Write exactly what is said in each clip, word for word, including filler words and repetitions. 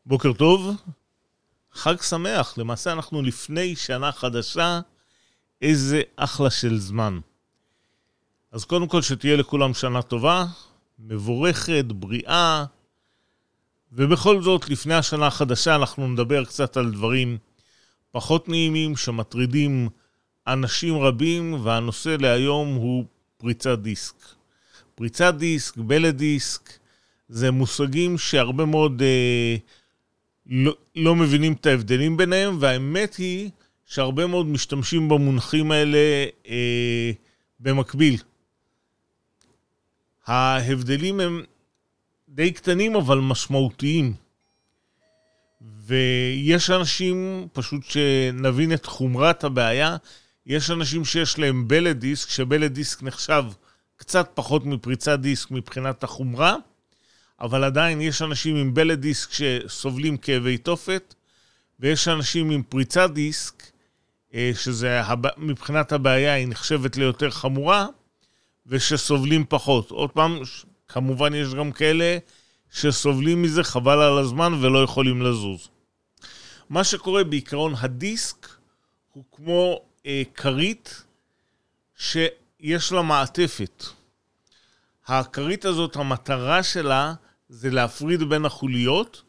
בוקר טוב, חג שמח, למעשה אנחנו לפני שנה חדשה, איזה אחלה של זמן. אז קודם כל שתהיה לכולם שנה טובה, מבורכת, בריאה, ובכל זאת לפני השנה החדשה אנחנו נדבר קצת על דברים פחות נעימים שמטרידים אנשים רבים, והנושא להיום הוא פריצת דיסק. פריצת דיסק, בלט דיסק, זה מושגים שהרבה מאוד אה, לא, לא מבינים את ההבדלים ביניהם, והאמת היא שהרבה מאוד משתמשים במונחים האלה אה, במקביל. ההבדלים הם די קטנים אבל משמעותיים. ויש אנשים, פשוט שנבין את חומרת הבעיה, יש אנשים שיש להם בלט דיסק, שבלט דיסק נחשב קצת פחות מפריצת דיסק מבחינת החומרה, אבל עדיין יש אנשים עם בלט דיסק שסובלים כאבי תופת, ויש אנשים עם פריצת דיסק, שזה מבחינת הבעיה היא נחשבת ליותר חמורה, ושסובלים פחות. עוד פעם, כמובן יש גם כאלה שסובלים מזה חבל על הזמן ולא יכולים לזוז. מה שקורה בעיקרון, הדיסק הוא כמו אה, קרית שיש לה מעטפת. הקרית הזאת, המטרה שלה זה להפריד בין החוליות,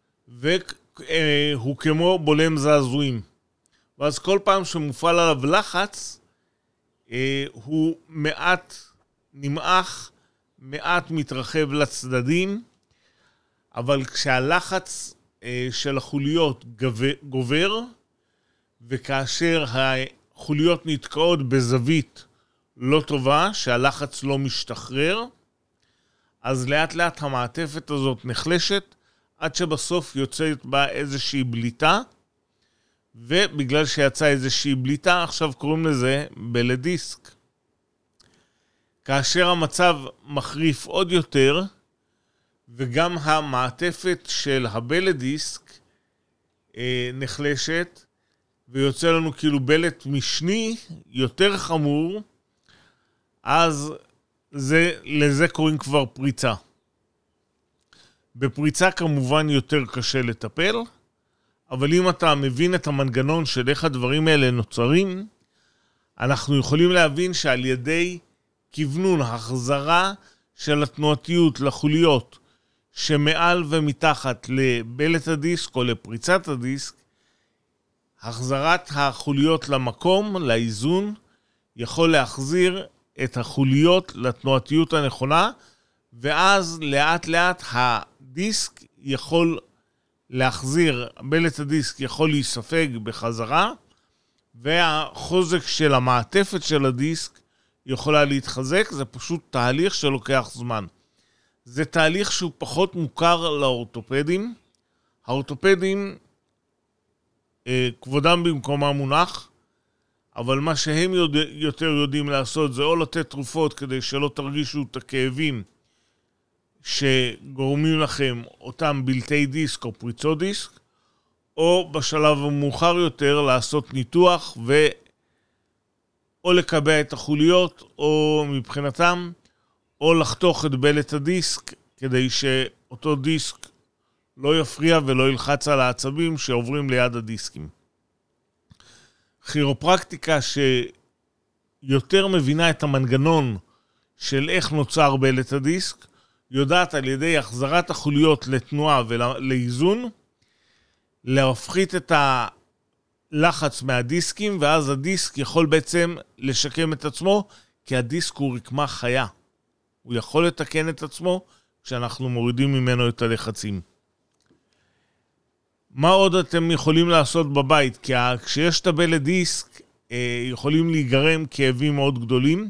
והוא כמו בולם זעזועים. ואז כל פעם שמופעל עליו לחץ, אה, הוא מעט נמעך, מעט מתרחב לצדדים, אבל כשהלחץ אה, של החוליות גבר, גובר, וכאשר החוליות נתקעות בזווית לא טובה, שהלחץ לא משתחרר, אז לאט לאט המעטפת הזאת נחלשת, עד שבסוף יוצאת בה איזושהי בליטה, ובגלל שיצאה איזושהי בליטה, עכשיו קוראים לזה בלט דיסק. כאשר המצב מחריף עוד יותר, וגם המעטפת של הבלט דיסק אה, נחלשת, ויוצא לנו כאילו בלט משני יותר חמור, אז זה, לזה קוראים כבר פריצה. בפריצה כמובן יותר קשה לטפל, אבל אם אתה מבין את המנגנון של איך הדברים האלה נוצרים, אנחנו יכולים להבין שעל ידי כיוונון, החזרה של התנועתיות לחוליות שמעל ומתחת לבלט הדיסק או לפריצת הדיסק, החזרת החוליות למקום, לאיזון, יכול להחזיר את החוליות לתנועתיות הנכונה, ואז לאט לאט הדיסק יכול להחזיר, בלט הדיסק יכול להיספג בחזרה, והחוזק של המעטפת של הדיסק יכולה להתחזק. זה פשוט תהליך שלוקח זמן. זה תהליך שהוא פחות מוכר לאורתופדים. האורתופדים, כבודם במקומם מונח, אבל מה שהם יודע, יותר יודעים לעשות זה או לתת תרופות כדי שלא תרגישו את הכאבים שגורמים לכם אותם בלטי דיסק או פריצות דיסק, או בשלב המאוחר יותר לעשות ניתוח ו... או לקבע את החוליות, או מבחינתם, או לחתוך את בלט הדיסק, כדי שאותו דיסק לא יפריע ולא ילחץ על העצבים שעוברים ליד הדיסקים. כירופרקטיקה שיותר מבינה את המנגנון של איך נוצר בלט הדיסק, יודעת על ידי החזרת החוליות לתנועה ולאיזון, להפחית את הלחץ מהדיסקים, ואז הדיסק יכול בעצם לשקם את עצמו, כי הדיסק הוא רקמה חיה. הוא יכול לתקן את עצמו כשאנחנו מורידים ממנו את הלחצים. מה עוד אתם יכולים לעשות בבית? כי כשיש את הבלט דיסק, יכולים להיגרם כאבים מאוד גדולים,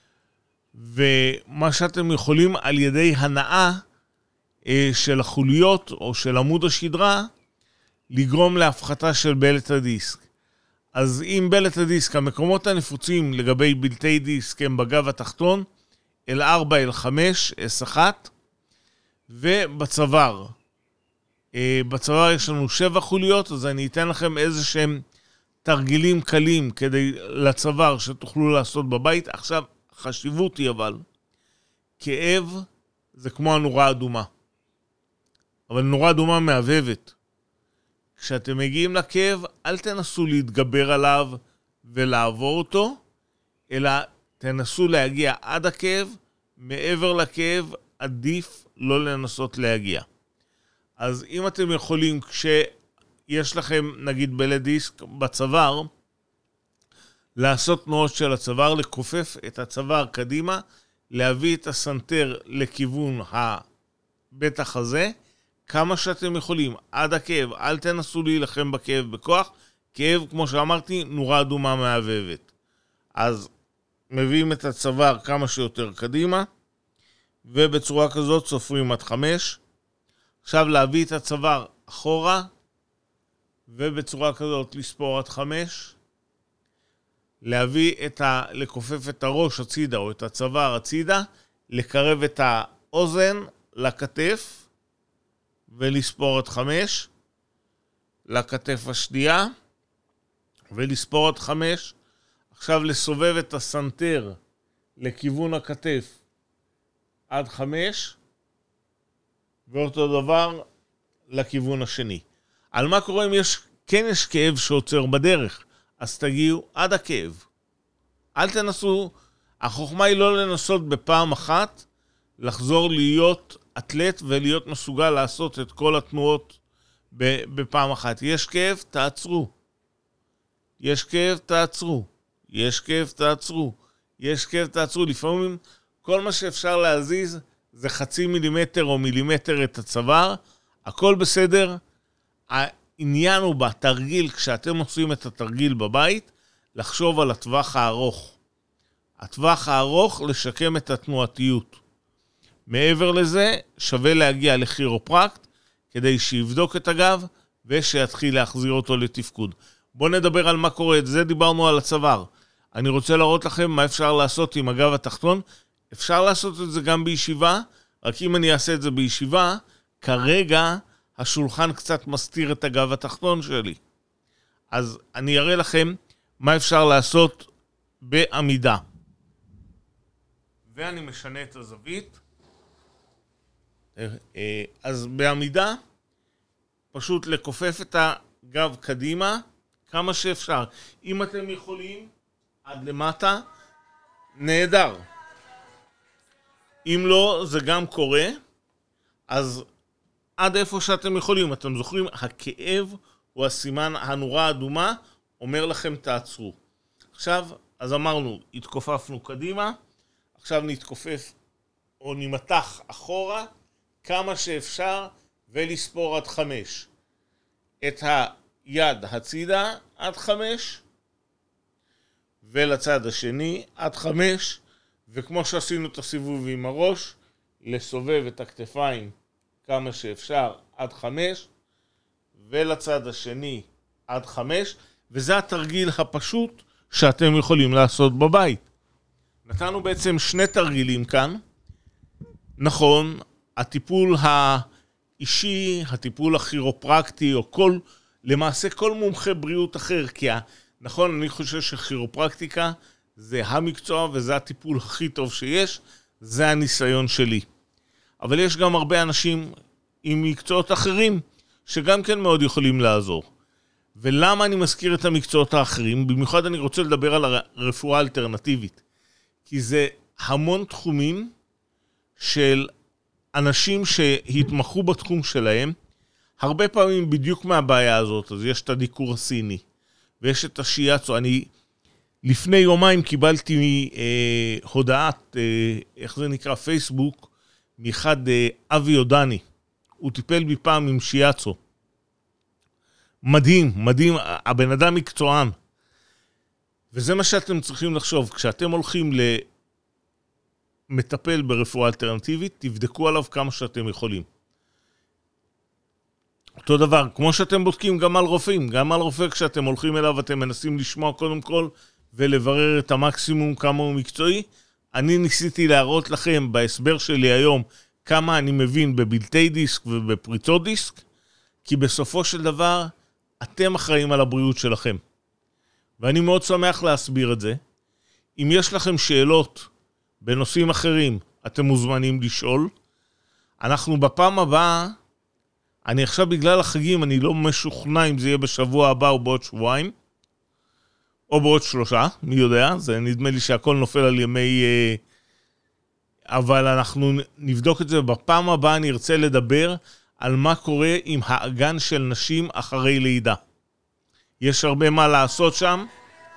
ומה שאתם יכולים על ידי הנאה של החוליות או של עמוד השדרה, לגרום להפחתה של בלט הדיסק. אז אם בלט הדיסק, המקומות הנפוצים לגבי בלטי דיסק הם בגב התחתון, אל ארבע, אל חמש, אס אחת, ובצוואר. בצוואר יש לנו שבע חוליות, אז אני אתן לכם איזה שהם תרגילים קלים כדי לצוואר שתוכלו לעשות בבית. עכשיו, חשיבות היא אבל, כאב זה כמו הנורה אדומה. אבל נורה אדומה מהבהבת. כשאתם מגיעים לכאב, אל תנסו להתגבר עליו ולעבור אותו, אלא תנסו להגיע עד הכאב, מעבר לכאב, עדיף לא לנסות להגיע. אז אם אתם יכולים, כשיש לכם נגיד בלט דיסק בצוואר, לעשות תנועות של הצוואר, לכופף את הצוואר קדימה, להביא את הסנטר לכיוון הבטח הזה, כמה שאתם יכולים, עד הכאב, אל תנסו להילחם בכאב בכוח, כאב, כמו שאמרתי, נורה אדומה מהבהבת. אז מביאים את הצוואר כמה שיותר קדימה, ובצורה כזאת סופרים עד חמש. עכשיו להביא את הצוואר אחורה, ובצורה כזאת לספור עד חמש. להביא את ה... לכופף את הראש הצידה, או את הצוואר הצידה, לקרב את האוזן לכתף, ולספור עד חמש. לכתף השנייה, ולספור עד חמש. עכשיו לסובב את הסנטר לכיוון הכתף עד חמש, ואותו דבר לכיוון השני. על מה קורה אם יש, כן יש כאב שעוצר בדרך, אז תגיעו עד הכאב. אל תנסו, החוכמה היא לא לנסות בפעם אחת, לחזור להיות אתלט ולהיות מסוגל לעשות את כל התנועות בפעם אחת. יש כאב, תעצרו. יש כאב, תעצרו. יש כאב, תעצרו. יש כאב, תעצרו. לפעמים כל מה שאפשר להזיז זה חצי מילימטר או מילימטר את הצוואר. הכל בסדר. העניין הוא בתרגיל, כשאתם עושים את התרגיל בבית, לחשוב על הטווח הארוך. הטווח הארוך לשקם את התנועתיות. מעבר לזה, שווה להגיע לכירופרקט, כדי שיבדוק את הגב ושיתחיל להחזיר אותו לתפקוד. בואו נדבר על מה קורה. את זה דיברנו על הצוואר. אני רוצה להראות לכם מה אפשר לעשות עם הגב התחתון. אפשר לעשות את זה גם בישיבה, רק אם אני אעשה את זה בישיבה, כרגע השולחן קצת מסתיר את הגב התחתון שלי. אז אני אראה לכם מה אפשר לעשות בעמידה. ואני משנה את הזווית. אז בעמידה, פשוט לכופף את הגב קדימה, כמה שאפשר. אם אתם יכולים, עד למטה, נהדר. אם לא, זה גם קורה. אז עד איפה שאתם יכולים, אתם זוכרים, הכאב הוא הסימן הנורה האדומה, אומר לכם תעצרו. עכשיו, אז אמרנו, התכופפנו קדימה, עכשיו נתכופף או נמתח אחורה, כמה שאפשר, ולספור עד חמש. את היד הצידה עד חמש, ולצד השני עד חמש, וכמו שעשינו את הסיבוב עם הראש, לסובב את הכתפיים כמה שאפשר עד חמש, ולצד השני עד חמש, וזה התרגיל הפשוט שאתם יכולים לעשות בבית. נתנו בעצם שני תרגילים כאן. נכון, הטיפול האישי, הטיפול הכירופרקטי, או כל, למעשה כל מומחה בריאות אחר, כי נכון, אני חושב שכירופרקטיקה זה המקצוע וזה הטיפול הכי טוב שיש, זה הניסיון שלי. אבל יש גם הרבה אנשים עם מקצועות אחרים, שגם כן מאוד יכולים לעזור. ולמה אני מזכיר את המקצועות האחרים? במיוחד אני רוצה לדבר על הרפואה האלטרנטיבית. כי זה המון תחומים של אנשים שהתמחו בתחום שלהם, הרבה פעמים בדיוק מהבעיה הזאת. אז יש את הדיקור הסיני, ויש את השיאצו. אני לפני יומיים קיבלתי אה, הודעת, אה, איך זה נקרא, פייסבוק, מאחד אה, אבי יודני. הוא טיפל בי פעם עם שיאצו. מדהים, מדהים, הבן אדם מקצוען. וזה מה שאתם צריכים לחשוב. כשאתם הולכים למטפל ברפואה אלטרנטיבית, תבדקו עליו כמה שאתם יכולים. אותו דבר, כמו שאתם בודקים גם על רופאים, גם על רופא כשאתם הולכים אליו, אתם מנסים לשמוע קודם כל, ולברר את המקסימום כמה הוא מקצועי. אני ניסיתי להראות לכם בהסבר שלי היום, כמה אני מבין בבלטי דיסק ובפריצות דיסק, כי בסופו של דבר, אתם אחראים על הבריאות שלכם. ואני מאוד שמח להסביר את זה. אם יש לכם שאלות בנושאים אחרים, אתם מוזמנים לשאול. אנחנו בפעם הבאה, אני עכשיו בגלל החגים, אני לא משוכנע אם זה יהיה בשבוע הבא או בעוד שבועיים, או בעוד שלושה, מי יודע, זה נדמה לי שהכל נופל על ימי... אבל אנחנו נבדוק את זה. בפעם הבאה אני ארצה לדבר על מה קורה עם האגן של נשים אחרי לידה. יש הרבה מה לעשות שם,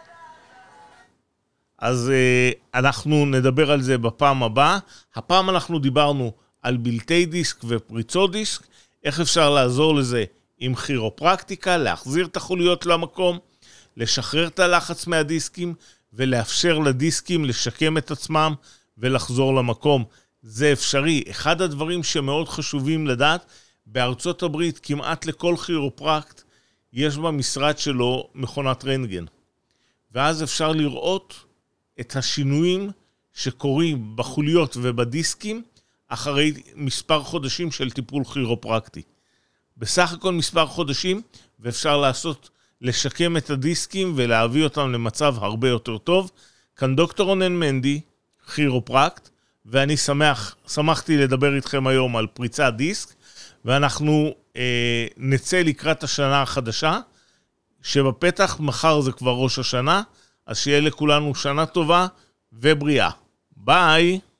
אז אנחנו נדבר על זה בפעם הבאה. הפעם אנחנו דיברנו על בלתי דיסק ופריצות דיסק, איך אפשר לעזור לזה עם כירופרקטיקה, להחזיר את החוליות למקום, לשחרר את הלחץ מהדיסקים, ולאפשר לדיסקים לשקם את עצמם ולחזור למקום. זה אפשרי. אחד הדברים שמאוד חשובים לדעת, בארצות הברית כמעט לכל כירופרקט יש במשרד שלו מכונת רנטגן. ואז אפשר לראות את השינויים שקורים בחוליות ובדיסקים אחרי מספר חודשים של טיפול כירופרקטי. בסך הכל מספר חודשים, ואפשר לעשות, לשקם את הדיסקים ולהביא אותם למצב הרבה יותר טוב. כאן דוקטור רונן מנדי, כירופרקט, ואני שמח, שמחתי לדבר איתכם היום על פריצת דיסק, ואנחנו אה, נצא לקראת השנה החדשה, שבפתח מחר זה כבר ראש השנה, אז שיהיה לכולנו שנה טובה ובריאה. ביי!